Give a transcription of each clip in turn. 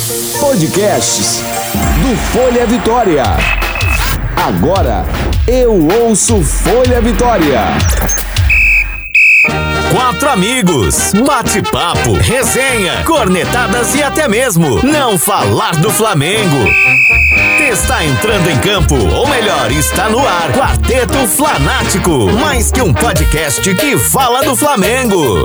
Podcasts do Folha Vitória. Agora eu ouço Folha Vitória. 4 amigos, bate-papo, resenha, cornetadas e até mesmo não falar do Flamengo. Está entrando em campo, ou melhor, está no ar, Quarteto Flanático, mais que um podcast que fala do Flamengo.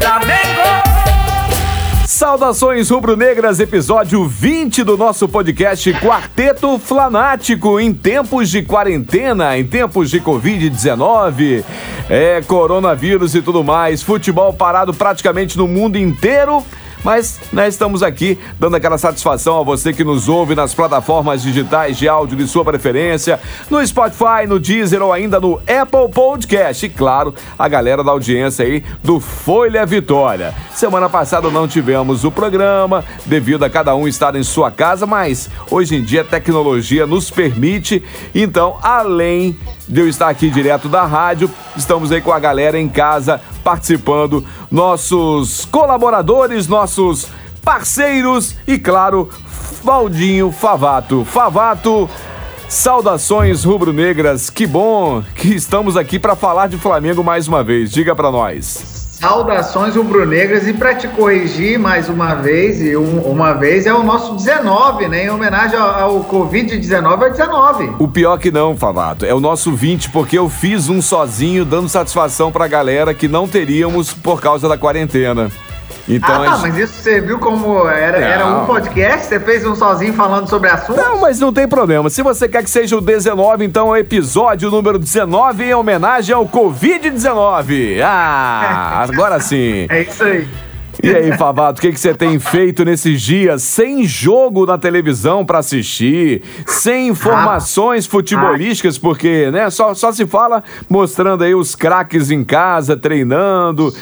Saudações rubro-negras, episódio 20 do nosso podcast Quarteto Flanático. Em tempos de quarentena, em tempos de Covid-19, coronavírus e tudo mais, futebol parado praticamente no mundo inteiro. Mas nós estamos aqui dando aquela satisfação a você que nos ouve nas plataformas digitais de áudio de sua preferência, no Spotify, no Deezer ou ainda no Apple Podcast. E claro, a galera da audiência aí do Folha Vitória. Semana passada não tivemos o programa devido a cada um estar em sua casa, mas hoje em dia a tecnologia nos permite. Então, além de eu estar aqui direto da rádio, estamos aí com a galera em casa participando, nossos colaboradores, nossos parceiros e, claro, Valdinho Favato. Favato, saudações rubro-negras, que bom que estamos aqui para falar de Flamengo mais uma vez, diga para nós. Saudações rubro-negras, e para te corrigir mais uma vez, é o nosso 19, né? Em homenagem ao Covid-19, é 19. O pior que não, Favato, é o nosso 20, porque eu fiz um sozinho, dando satisfação pra galera que não teríamos por causa da quarentena. Então, mas isso você viu como era um podcast? Você fez um sozinho falando sobre assuntos? Não, mas não tem problema. Se você quer que seja o 19, então é o episódio número 19 em homenagem ao Covid-19. Agora sim. É isso aí. E aí, Favato, o que você tem feito nesses dias? Sem jogo na televisão pra assistir, sem informações futebolísticas, porque, né, só se fala mostrando aí os craques em casa, treinando,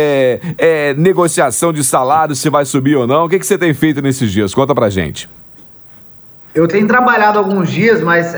negociação de salário, se vai subir ou não. O que você tem feito nesses dias? Conta pra gente. Eu tenho trabalhado alguns dias, mas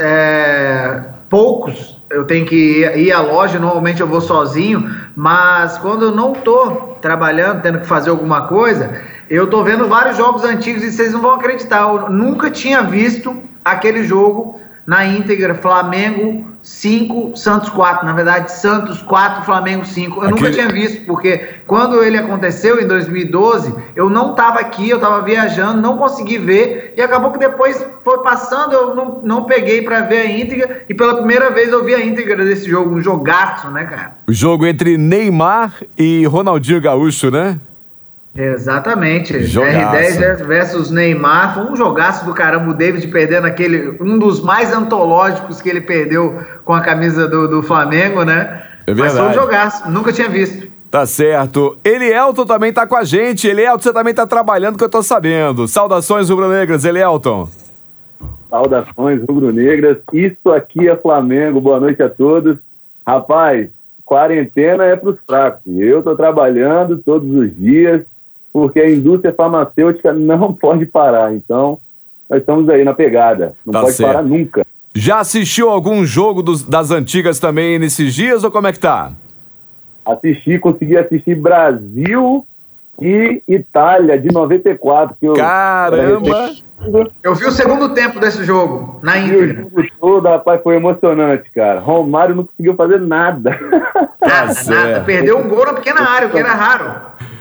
poucos. Eu tenho que ir à loja, normalmente eu vou sozinho, mas quando eu não tô trabalhando, tendo que fazer alguma coisa, eu tô vendo vários jogos antigos e vocês não vão acreditar, eu nunca tinha visto aquele jogo na íntegra, Flamengo 5, Santos 4, na verdade Santos 4, Flamengo 5, eu nunca tinha visto, porque quando ele aconteceu em 2012, eu não estava aqui, eu estava viajando, não consegui ver, e acabou que depois foi passando, eu não peguei para ver a íntegra, e pela primeira vez eu vi a íntegra desse jogo, um jogaço, né, cara? O jogo entre Neymar e Ronaldinho Gaúcho, né? Exatamente, Jogaço. R10 versus Neymar, foi um jogaço do caramba, o David perdendo um dos mais antológicos que ele perdeu com a camisa do Flamengo, né? É verdade. Mas foi um jogaço, nunca tinha visto. Tá certo. Elielton também tá com a gente. Elielton, você também tá trabalhando, que eu tô sabendo. Saudações rubro-negras, Elielton. Saudações rubro-negras, isso aqui é Flamengo, boa noite a todos. Rapaz, quarentena é pros fracos, eu tô trabalhando todos os dias, porque a indústria farmacêutica não pode parar, então nós estamos aí na pegada, não pode parar nunca. Já assistiu algum jogo das antigas também nesses dias, ou como é que tá? Consegui assistir Brasil e Itália, de 94. Caramba! Eu vi o segundo tempo desse jogo, na íntegra. O jogo todo, rapaz, foi emocionante, cara. Romário não conseguiu fazer nada. Nada. Perdeu um gol na pequena área, o que era raro.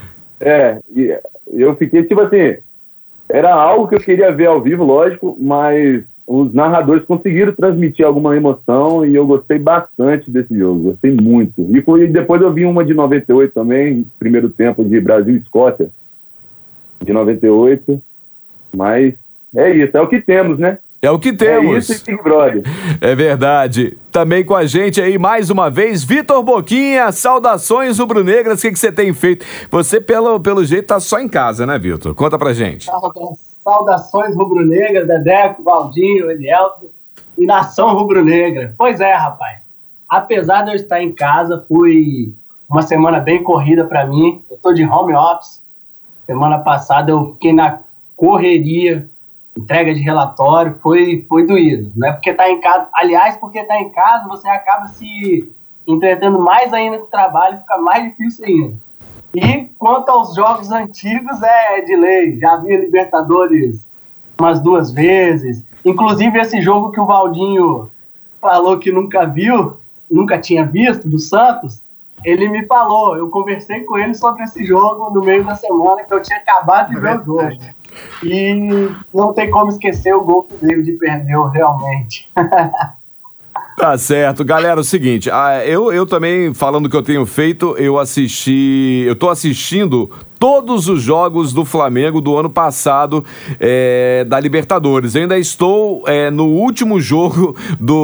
E eu fiquei, tipo assim, era algo que eu queria ver ao vivo, lógico, mas os narradores conseguiram transmitir alguma emoção e eu gostei bastante desse jogo, gostei muito. E depois eu vi uma de 98 também, primeiro tempo de Brasil e Escócia, de 98, mas é isso, é o que temos, né? É o que temos. É isso, Big Brother. É verdade. Também com a gente aí, mais uma vez, Vitor Boquinha, saudações rubro-negras, o que você tem feito? Você, pelo jeito, tá só em casa, né, Vitor? Conta pra gente. Saudações rubro-negras, Dedeco, Valdinho, Elielton e nação rubro-negra. Pois é, rapaz. Apesar de eu estar em casa, foi uma semana bem corrida pra mim. Eu tô de home office. Semana passada eu fiquei na correria, entrega de relatório, foi doído. Não é porque tá em casa, aliás, porque tá em casa, você acaba se entretendo mais ainda com o trabalho, fica mais difícil ainda. E quanto aos jogos antigos, é de lei. Já vi a Libertadores umas 2 vezes. Inclusive, esse jogo que o Valdinho falou que nunca viu, nunca tinha visto, do Santos, ele me falou, eu conversei com ele sobre esse jogo no meio da semana, que eu tinha acabado de ver o jogo. E não tem como esquecer o gol que o David perdeu, realmente. Tá certo. Galera, é o seguinte, eu também, falando que eu tenho feito, eu tô assistindo todos os jogos do Flamengo do ano passado, da Libertadores. Eu ainda estou no último jogo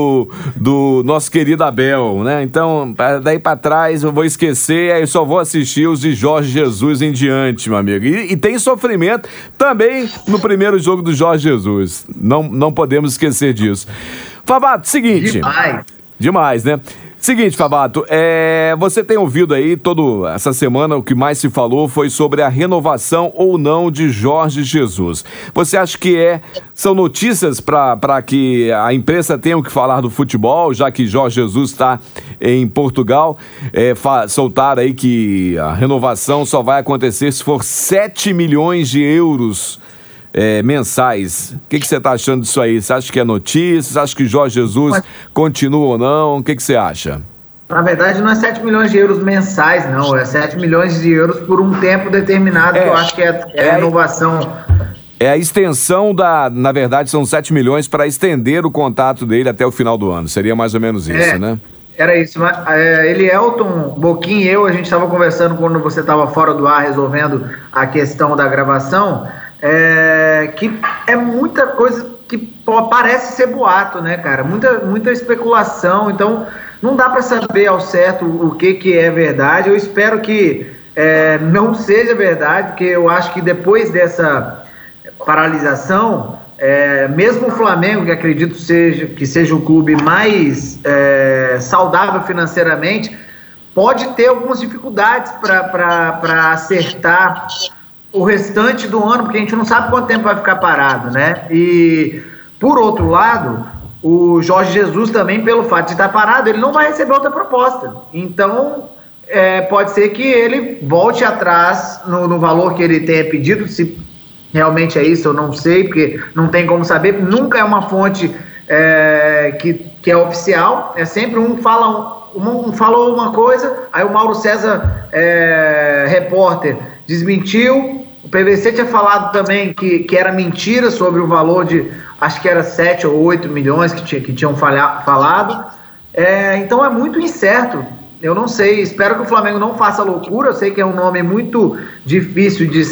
do nosso querido Abel, né? Então, daí pra trás eu vou esquecer, aí eu só vou assistir os de Jorge Jesus em diante, meu amigo. E tem sofrimento também no primeiro jogo do Jorge Jesus. Não podemos esquecer disso. Favato, seguinte. Demais, né? Seguinte, Favato, você tem ouvido aí toda essa semana, o que mais se falou foi sobre a renovação ou não de Jorge Jesus. Você acha que são notícias para que a imprensa tenha o que falar do futebol, já que Jorge Jesus está em Portugal? Soltaram aí que a renovação só vai acontecer se for 7 milhões de euros mensais. O que você está achando disso aí? Você acha que é notícia? Você acha que Jorge Jesus continua ou não? O que você acha? Na verdade, não é 7 milhões de euros mensais, não. É 7 milhões de euros por um tempo determinado, que eu acho que é a renovação. É a extensão na verdade, são 7 milhões para estender o contrato dele até o final do ano. Seria mais ou menos isso, né? Era isso. Elton, Boquim e eu, a gente estava conversando quando você estava fora do ar, resolvendo a questão da gravação, que é muita coisa que parece ser boato, né, cara? Muita especulação, então não dá para saber ao certo o que é verdade. Eu espero que não seja verdade, porque eu acho que depois dessa paralisação, mesmo o Flamengo, que acredito que seja o clube mais saudável financeiramente, pode ter algumas dificuldades para acertar o restante do ano, porque a gente não sabe quanto tempo vai ficar parado, né? E, por outro lado, o Jorge Jesus também, pelo fato de estar parado, ele não vai receber outra proposta. Então, pode ser que ele volte atrás no valor que ele tenha pedido. Se realmente é isso, eu não sei, porque não tem como saber. Nunca é uma fonte que é oficial. É sempre um falou uma coisa, aí o Mauro César, repórter, desmentiu. O PVC tinha falado também que era mentira sobre o valor de, acho que era 7 ou 8 milhões que tinham falado. Então é muito incerto. Eu não sei, espero que o Flamengo não faça loucura. Eu sei que é um nome muito difícil de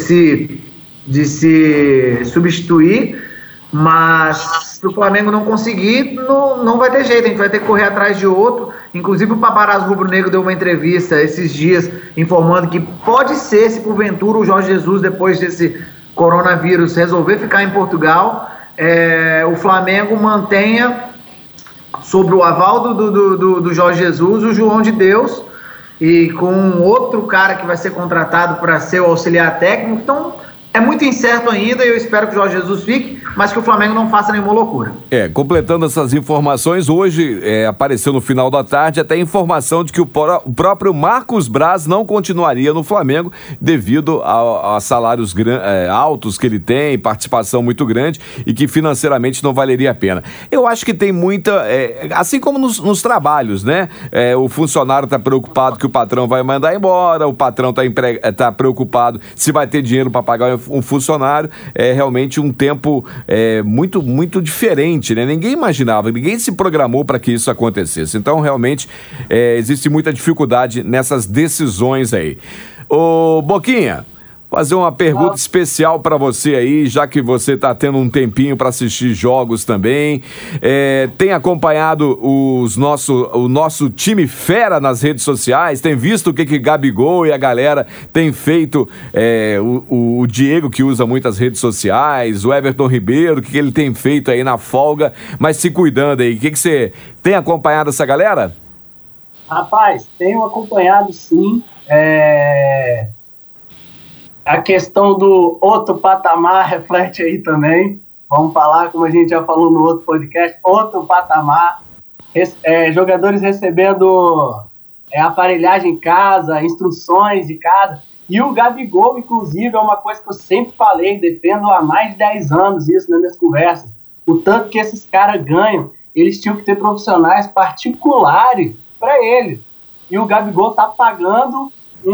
se substituir, mas se o Flamengo não conseguir, não vai ter jeito, a gente vai ter que correr atrás de outro. Inclusive o Paparazzo Rubro-Negro deu uma entrevista esses dias informando que pode ser, se porventura o Jorge Jesus, depois desse coronavírus, resolver ficar em Portugal, o Flamengo mantenha, sobre o aval do Jorge Jesus, o João de Deus, e com outro cara que vai ser contratado para ser o auxiliar técnico. Então é muito incerto ainda, e eu espero que o Jorge Jesus fique, mas que o Flamengo não faça nenhuma loucura. Completando essas informações, hoje apareceu no final da tarde até a informação de que o próprio Marcos Braz não continuaria no Flamengo devido a salários altos que ele tem, participação muito grande, e que financeiramente não valeria a pena. Eu acho que tem muita, assim como nos trabalhos, né? O funcionário está preocupado que o patrão vai mandar embora, o patrão está preocupado se vai ter dinheiro para pagar um funcionário. É realmente um tempo muito, muito diferente, né? Ninguém imaginava, ninguém se programou para que isso acontecesse. Então, realmente, existe muita dificuldade nessas decisões aí. Ô, Boquinha, fazer uma pergunta especial para você aí, já que você está tendo um tempinho para assistir jogos também. Tem acompanhado o nosso time fera nas redes sociais? Tem visto o que Gabigol e a galera tem feito? O Diego, que usa muitas redes sociais, o Everton Ribeiro, o que ele tem feito aí na folga, mas se cuidando aí. O que você tem acompanhado essa galera? Rapaz, tenho acompanhado sim. A questão do outro patamar reflete aí também. Vamos falar, como a gente já falou no outro podcast, outro patamar. Jogadores recebendo aparelhagem em casa, instruções de casa. E o Gabigol, inclusive, é uma coisa que eu sempre falei, defendo há mais de 10 anos isso nas minhas conversas. O tanto que esses caras ganham, eles tinham que ter profissionais particulares para eles. E o Gabigol tá pagando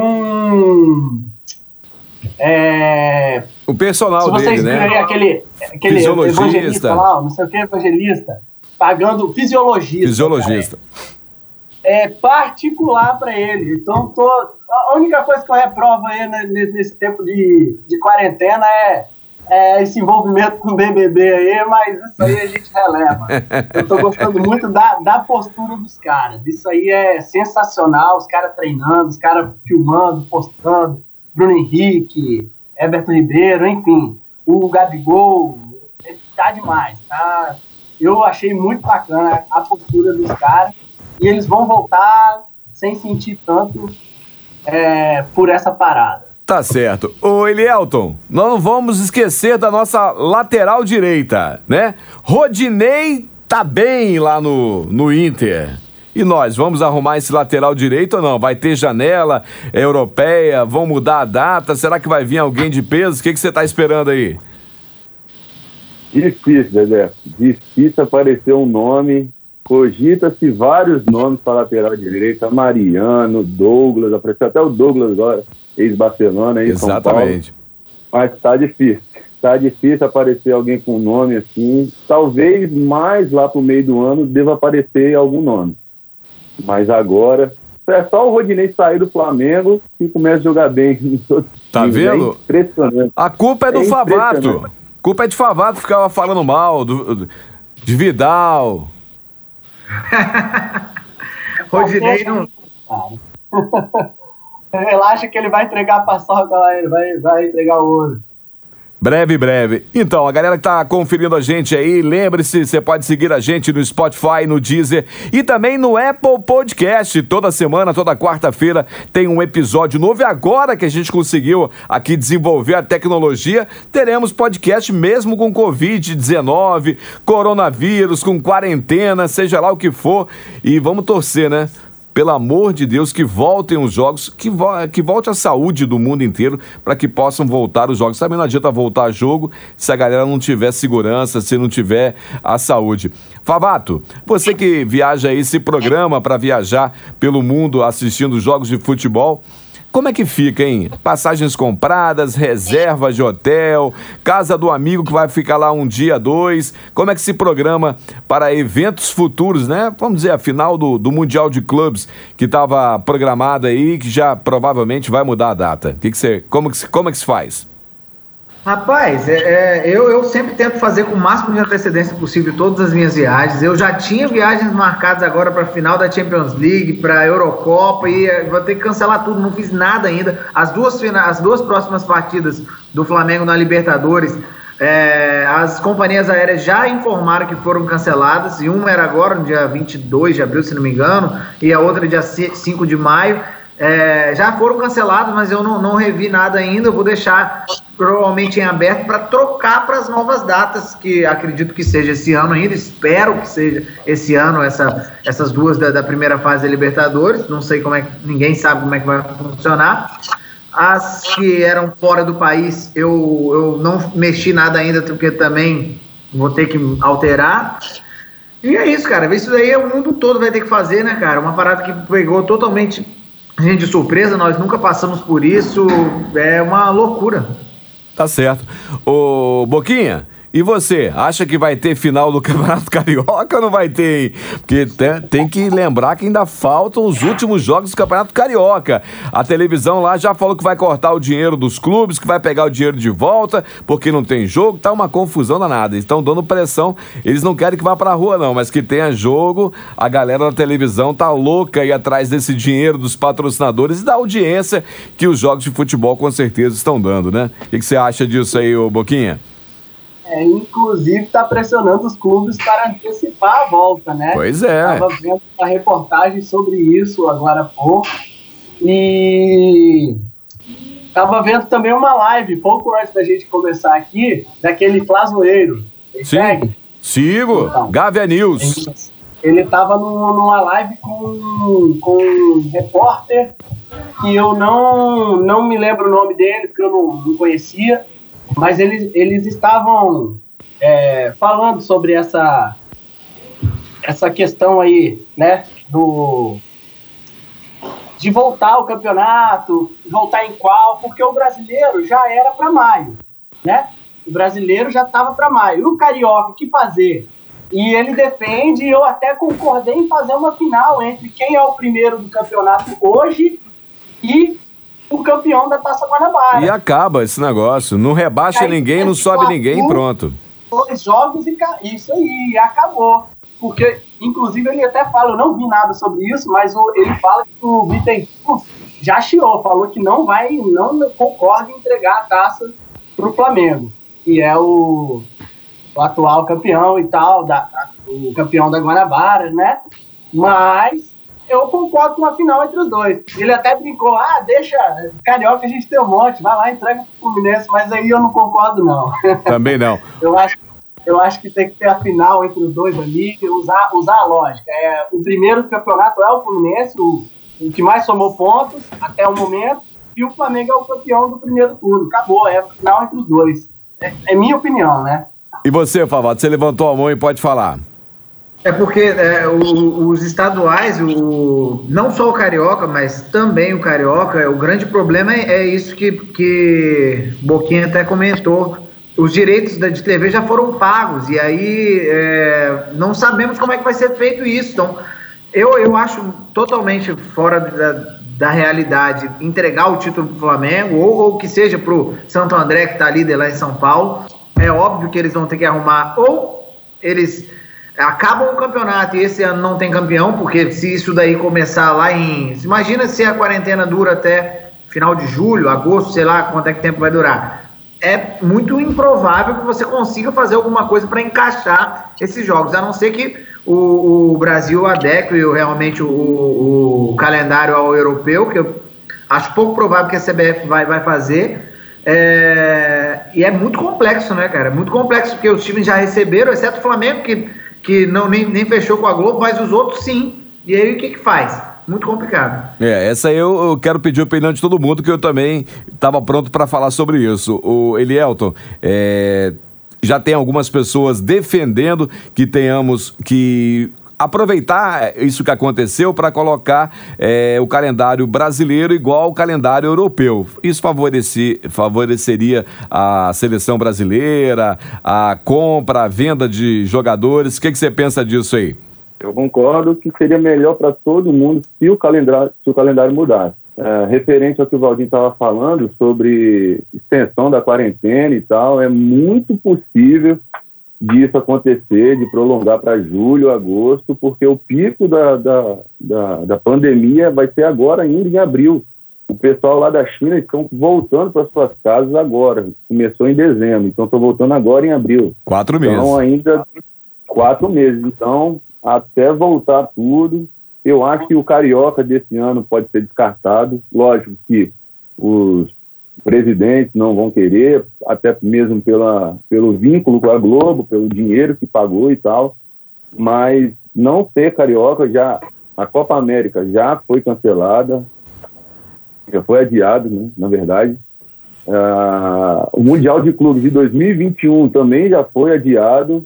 o personal dele, né? Aí, aquele evangelista lá, não sei o que, evangelista, pagando fisiologista. Particular para ele. Então, a única coisa que eu reprovo aí nesse tempo de quarentena é esse envolvimento com o BBB aí, mas isso aí a gente releva. Eu tô gostando muito da postura dos caras. Isso aí é sensacional, os caras treinando, os caras filmando, postando, Bruno Henrique, Everton Ribeiro, enfim, o Gabigol, tá demais, tá? Eu achei muito bacana a postura dos caras e eles vão voltar sem sentir tanto por essa parada. Tá certo. Ô, Elielton, nós não vamos esquecer da nossa lateral direita, né? Rodinei tá bem lá no Inter. E nós, vamos arrumar esse lateral direito ou não? Vai ter janela europeia? Vão mudar a data? Será que vai vir alguém de peso? O que você tá esperando aí? Difícil, Dedé. Difícil aparecer um nome. Cogita-se vários nomes para lateral direita. Mariano, Douglas, apareceu até o Douglas agora, ex-Barcelona, aí São Paulo. Exatamente. Mas tá difícil. Tá difícil aparecer alguém com nome assim. Talvez mais lá pro meio do ano deva aparecer algum nome. Mas agora é só o Rodinei sair do Flamengo e começa a jogar bem. Tá vendo? É impressionante. A culpa é do Favato. A culpa é de Favato, ficava falando mal de Vidal. Rodinei não... Relaxa que ele vai entregar a paçoca lá, ele vai entregar o ouro. Breve. Então, a galera que tá conferindo a gente aí, lembre-se, você pode seguir a gente no Spotify, no Deezer e também no Apple Podcast. Toda semana, toda quarta-feira tem um episódio novo. E agora que a gente conseguiu aqui desenvolver a tecnologia, teremos podcast mesmo com Covid-19, coronavírus, com quarentena, seja lá o que for. E vamos torcer, né? Pelo amor de Deus, que voltem os jogos, que volte a saúde do mundo inteiro para que possam voltar os jogos. Também não adianta voltar jogo se a galera não tiver segurança, se não tiver a saúde. Favato, você que viaja aí, se programa para viajar pelo mundo assistindo jogos de futebol, como é que fica, hein? Passagens compradas, reservas de hotel, casa do amigo que vai ficar lá um dia, 2. Como é que se programa para eventos futuros, né? Vamos dizer, a final do Mundial de Clubes que estava programada aí, que já provavelmente vai mudar a data. Como é que se faz? Rapaz, eu sempre tento fazer com o máximo de antecedência possível todas as minhas viagens. Eu já tinha viagens marcadas agora para a final da Champions League, para a Eurocopa, e vou ter que cancelar tudo, não fiz nada ainda. As duas próximas partidas do Flamengo na Libertadores, as companhias aéreas já informaram que foram canceladas, e uma era agora, no dia 22 de abril, se não me engano, e a outra dia 5 de maio. Já foram cancelados, mas eu não revi nada ainda. Eu vou deixar provavelmente em aberto para trocar para as novas datas, que acredito que seja esse ano ainda, espero que seja esse ano, essas duas da primeira fase da Libertadores. Não sei ninguém sabe como é que vai funcionar. As que eram fora do país, eu não mexi nada ainda, porque também vou ter que alterar. E é isso, cara, isso daí o mundo todo vai ter que fazer, né, cara? Uma parada que pegou totalmente gente de surpresa, nós nunca passamos por isso, é uma loucura. Tá certo. Ô, Boquinha, e você, acha que vai ter final do Campeonato Carioca ou não vai ter, hein? Porque tem que lembrar que ainda faltam os últimos jogos do Campeonato Carioca. A televisão lá já falou que vai cortar o dinheiro dos clubes, que vai pegar o dinheiro de volta, porque não tem jogo, tá uma confusão danada. Estão dando pressão, eles não querem que vá pra rua não, mas que tenha jogo. A galera da televisão tá louca aí atrás desse dinheiro dos patrocinadores e da audiência que os jogos de futebol com certeza estão dando, né? O que você acha disso aí, ô Boquinha? Inclusive está pressionando os clubes para antecipar a volta, né? Pois é. Estava vendo uma reportagem sobre isso agora há pouco. E estava vendo também uma live, pouco antes da gente começar aqui, daquele Flazoeiro. Sim, sigo. Então, Gávea News. ele estava numa live com um repórter que eu não me lembro o nome dele, porque eu não conhecia, mas eles estavam falando sobre essa questão aí, né, de voltar ao campeonato, voltar em qual, porque o brasileiro já era para maio, né? O brasileiro já estava para maio. E o Carioca, o que fazer? E ele defende, e eu até concordei em fazer uma final entre quem é o primeiro do campeonato hoje e o campeão da Taça Guanabara. E acaba esse negócio. Não rebaixa ninguém, não sobe ninguém, pronto. 2 jogos e isso aí, acabou. Porque, inclusive, ele até fala, eu não vi nada sobre isso, mas ele fala que o Bittencourt já chiou, falou que não concorda em entregar a taça pro Flamengo, que é o atual campeão e tal, o campeão da Guanabara, né? Mas eu concordo com a final entre os dois. Ele até brincou, deixa, Carioca a gente tem um monte, vai lá e entrega pro Fluminense, mas aí eu não concordo, não. Também não. Eu acho que tem que ter a final entre os dois ali, usar a lógica. O primeiro do campeonato é o Fluminense, o que mais somou pontos até o momento, e o Flamengo é o campeão do primeiro turno. Acabou, é a final entre os dois. É minha opinião, né? E você, Favato, você levantou a mão e pode falar. É porque os estaduais, não só o Carioca, mas também o Carioca, o grande problema é isso que Boquinha até comentou. Os direitos de TV já foram pagos, e aí não sabemos como é que vai ser feito isso. Então, eu acho totalmente fora da realidade entregar o título para o Flamengo, ou que seja para o Santo André, que está líder lá em São Paulo. É óbvio que eles vão ter que arrumar, ou eles acabam o campeonato e esse ano não tem campeão, porque se isso daí começar lá imagina se a quarentena dura até final de julho, agosto, sei lá quanto é que tempo vai durar. É muito improvável que você consiga fazer alguma coisa para encaixar esses jogos, a não ser que o Brasil adeque realmente o calendário ao europeu, que eu acho pouco provável que a CBF vai fazer. E é muito complexo, né, cara? É muito complexo, porque os times já receberam, exceto o Flamengo, que nem fechou com a Globo, mas os outros sim. E aí o que faz? Muito complicado. Essa aí eu quero pedir a opinião de todo mundo, que eu também estava pronto para falar sobre isso. O Elielton, já tem algumas pessoas defendendo que tenhamos que aproveitar isso que aconteceu para colocar o calendário brasileiro igual ao calendário europeu. Isso favoreceria a seleção brasileira, a compra, a venda de jogadores. O que você pensa disso aí? Eu concordo que seria melhor para todo mundo se o calendário mudasse. Referente ao que o Valdinho estava falando sobre extensão da quarentena e tal, é muito possível disso acontecer, de prolongar para julho, agosto, porque o pico da pandemia vai ser agora, ainda em abril. O pessoal lá da China estão voltando para suas casas agora. Começou em dezembro, então estão voltando agora em abril. 4 meses. Então ainda 4 meses. Então, até voltar tudo, eu acho que o Carioca desse ano pode ser descartado. Lógico que os presidentes não vão querer, até mesmo pelo vínculo com a Globo, pelo dinheiro que pagou e tal, mas não ter Carioca, a Copa América já foi cancelada, já foi adiado, né, na verdade. O Mundial de Clubes de 2021 também já foi adiado,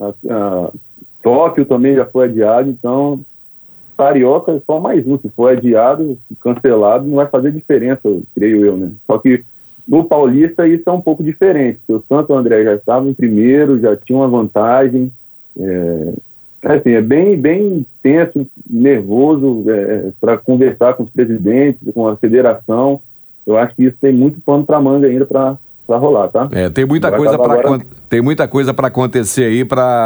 Tóquio também já foi adiado, então Carioca é só mais um, se for adiado, cancelado, não vai fazer diferença, creio eu, né? Só que no Paulista isso é um pouco diferente, porque o Santo André já estava em primeiro, já tinha uma vantagem, assim, é bem tenso, nervoso para conversar com os presidentes, com a federação. Eu acho que isso tem muito pano para manga ainda para rolar, tá? Tem muita coisa para acontecer aí,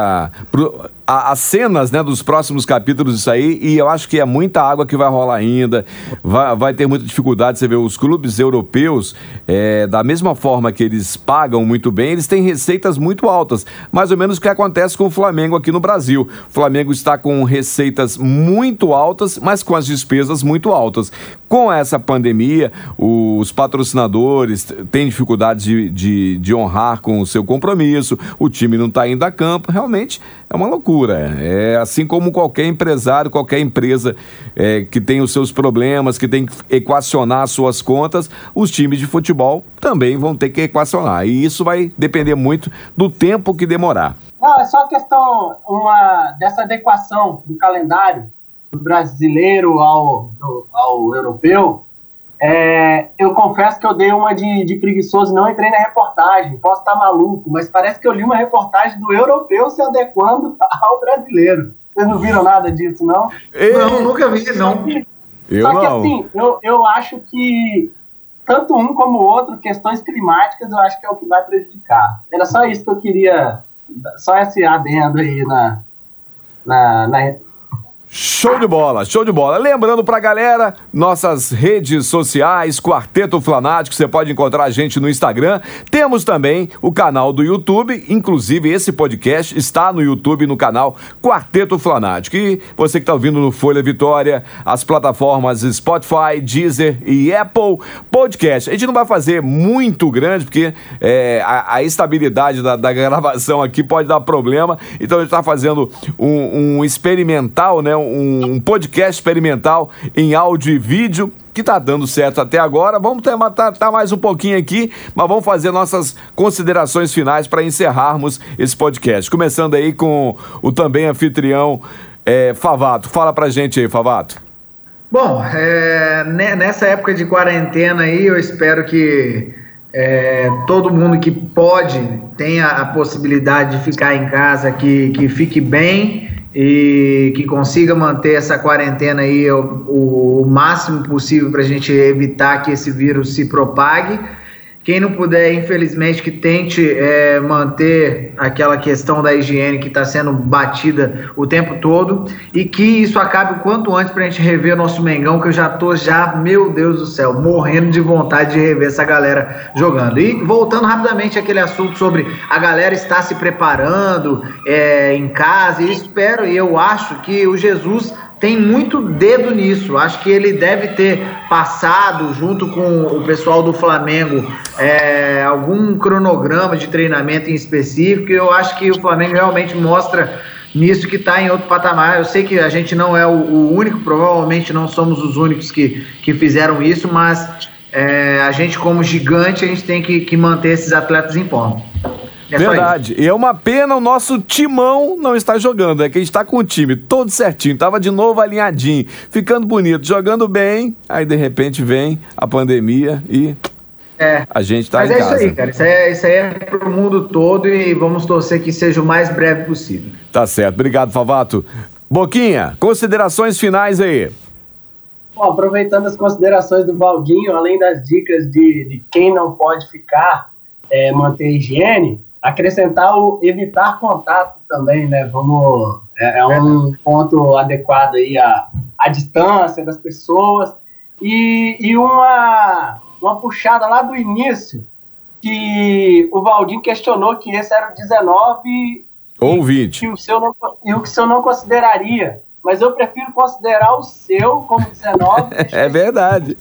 as cenas, né, dos próximos capítulos disso aí, e eu acho que é muita água que vai rolar ainda, vai ter muita dificuldade. Você vê os clubes europeus, da mesma forma que eles pagam muito bem, eles têm receitas muito altas, mais ou menos o que acontece com o Flamengo aqui no Brasil. O Flamengo está com receitas muito altas, mas com as despesas muito altas. Com essa pandemia, os patrocinadores têm dificuldade de honrar com o seu compromisso, o time não está indo a campo, realmente é uma loucura. loucura. É assim como qualquer empresário, qualquer empresa que tem os seus problemas, que tem que equacionar suas contas, os times de futebol também vão ter que equacionar. E isso vai depender muito do tempo que demorar. Não, é só questão dessa adequação do calendário do brasileiro ao europeu. Eu confesso que eu dei uma de preguiçoso e não entrei na reportagem. Posso estar maluco, mas parece que eu li uma reportagem do europeu se adequando ao brasileiro. Vocês não viram nada disso, não? Não, nunca vi, não. Só que assim, eu acho que tanto um como o outro, questões climáticas, eu acho que é o que vai prejudicar. Era só isso que eu queria, só esse adendo aí na Show de bola, show de bola. Lembrando pra galera, nossas redes sociais, Quarteto Flanático, você pode encontrar a gente no Instagram. Temos também o canal do YouTube, inclusive esse podcast está no YouTube, no canal Quarteto Flanático. E você que tá ouvindo no Folha Vitória, as plataformas Spotify, Deezer e Apple Podcast. A gente não vai fazer muito grande, porque a estabilidade da gravação aqui pode dar problema, então a gente tá fazendo um experimental, né? Um podcast experimental em áudio e vídeo que tá dando certo até agora. Vamos tá mais um pouquinho aqui, mas vamos fazer nossas considerações finais para encerrarmos esse podcast. Começando aí com o também anfitrião Favato. Fala pra gente aí, Favato. Bom, nessa época de quarentena aí, eu espero que todo mundo que pode tenha a possibilidade de ficar em casa, que fique bem e que consiga manter essa quarentena aí o máximo possível para a gente evitar que esse vírus se propague. Quem não puder, infelizmente, que tente manter aquela questão da higiene que está sendo batida o tempo todo e que isso acabe o quanto antes para a gente rever nosso Mengão, que eu já tô, meu Deus do céu, morrendo de vontade de rever essa galera jogando. E voltando rapidamente àquele assunto sobre a galera estar se preparando em casa, e espero e eu acho que o Jesus tem muito dedo nisso. Acho que ele deve ter passado, junto com o pessoal do Flamengo, algum cronograma de treinamento em específico. Eu acho que o Flamengo realmente mostra nisso que está em outro patamar. Eu sei que a gente não é o único, provavelmente não somos os únicos que fizeram isso, mas a gente, como gigante, a gente tem que manter esses atletas em forma. Verdade. E é uma pena o nosso timão não estar jogando. Que a gente tá com o time todo certinho, tava de novo alinhadinho, ficando bonito, jogando bem. Aí de repente vem a pandemia e a gente tá em casa. Mas isso aí, cara. Isso aí é pro mundo todo e vamos torcer que seja o mais breve possível. Tá certo. Obrigado, Favato. Boquinha, considerações finais aí. Bom, aproveitando as considerações do Valdinho, além das dicas de quem não pode ficar, manter a higiene, acrescentar o evitar contato também, né? É um ponto adequado aí à distância das pessoas e uma puxada lá do início que o Valdinho questionou que esse era o 19 ou 20 e o que o seu não consideraria, mas eu prefiro considerar o seu como 19. É verdade.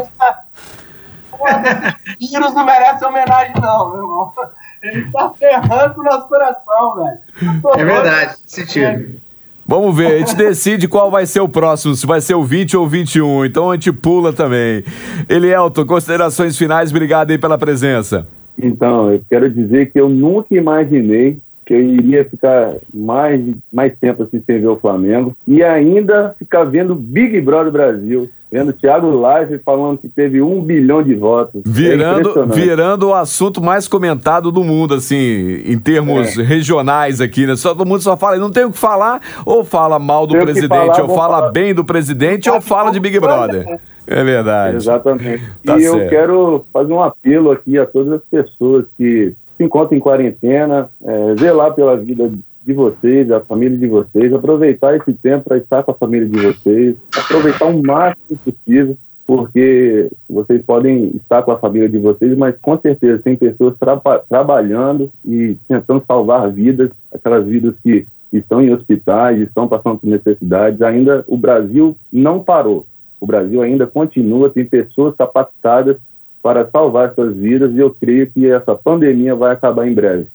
O vírus não merece homenagem não, meu irmão. Ele tá ferrando com o nosso coração, velho. É verdade, sentido. Vamos ver, a gente decide qual vai ser o próximo, se vai ser o 20 ou o 21, então a gente pula também. Elielton, considerações finais, obrigado aí pela presença. Então, eu quero dizer que eu nunca imaginei que eu iria ficar mais tempo assim sem ver o Flamengo e ainda ficar vendo Big Brother Brasil, vendo o Thiago Live falando que teve 1 bilhão de votos. Virando o assunto mais comentado do mundo, assim, em termos regionais aqui, né? Todo mundo só fala, não tem o que falar, ou fala mal do presidente, ou fala bem do presidente, ou fala de Big Brother. É verdade. Exatamente. Tá e certo. Eu quero fazer um apelo aqui a todas as pessoas que se encontram em quarentena, zelar pela vida de vocês, a família de vocês, aproveitar esse tempo para estar com a família de vocês, aproveitar o máximo possível, porque vocês podem estar com a família de vocês, mas com certeza tem pessoas trabalhando e tentando salvar vidas, aquelas vidas que estão em hospitais, estão passando por necessidades. Ainda o Brasil não parou, o Brasil ainda continua, tem pessoas capacitadas para salvar suas vidas e eu creio que essa pandemia vai acabar em breve.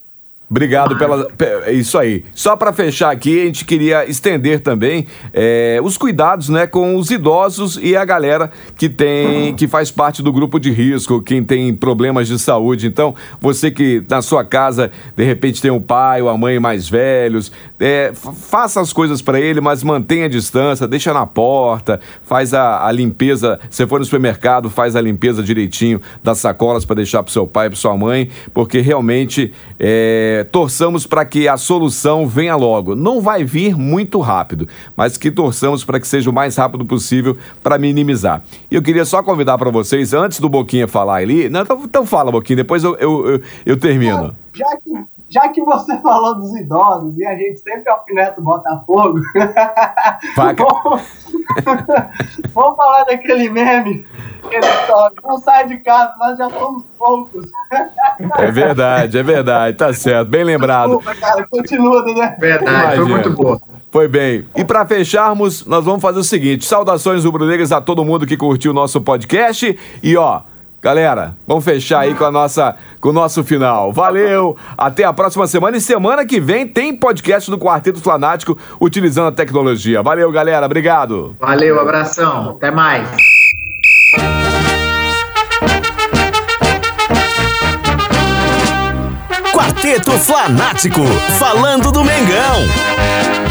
Obrigado isso aí. Só para fechar aqui, a gente queria estender também os cuidados, né, com os idosos e a galera que faz parte do grupo de risco, quem tem problemas de saúde. Então, você que na sua casa, de repente, tem um pai ou a mãe mais velhos, faça as coisas para ele, mas mantenha a distância, deixa na porta, faz a limpeza. Se for no supermercado, faz a limpeza direitinho das sacolas para deixar para seu pai, para sua mãe, porque realmente torçamos para que a solução venha logo. Não vai vir muito rápido, mas que torçamos para que seja o mais rápido possível para minimizar. E eu queria só convidar para vocês, antes do Boquinha falar ali... Não, então fala, Boquinha, depois eu termino. Já que você falou dos idosos e a gente sempre alfineta o Botafogo, vamos falar daquele meme que ele só não sai de casa, nós já somos poucos. É verdade, tá certo, bem lembrado. Desculpa, cara, continua, né? Verdade, foi muito boa. Foi bem. E para fecharmos, nós vamos fazer o seguinte: saudações rubro-negras a todo mundo que curtiu o nosso podcast. E galera, vamos fechar aí com o nosso final. Valeu, até a próxima semana. E semana que vem tem podcast do Quarteto Flanático utilizando a tecnologia. Valeu, galera, obrigado. Valeu, abração, até mais. Quarteto Flanático, falando do Mengão.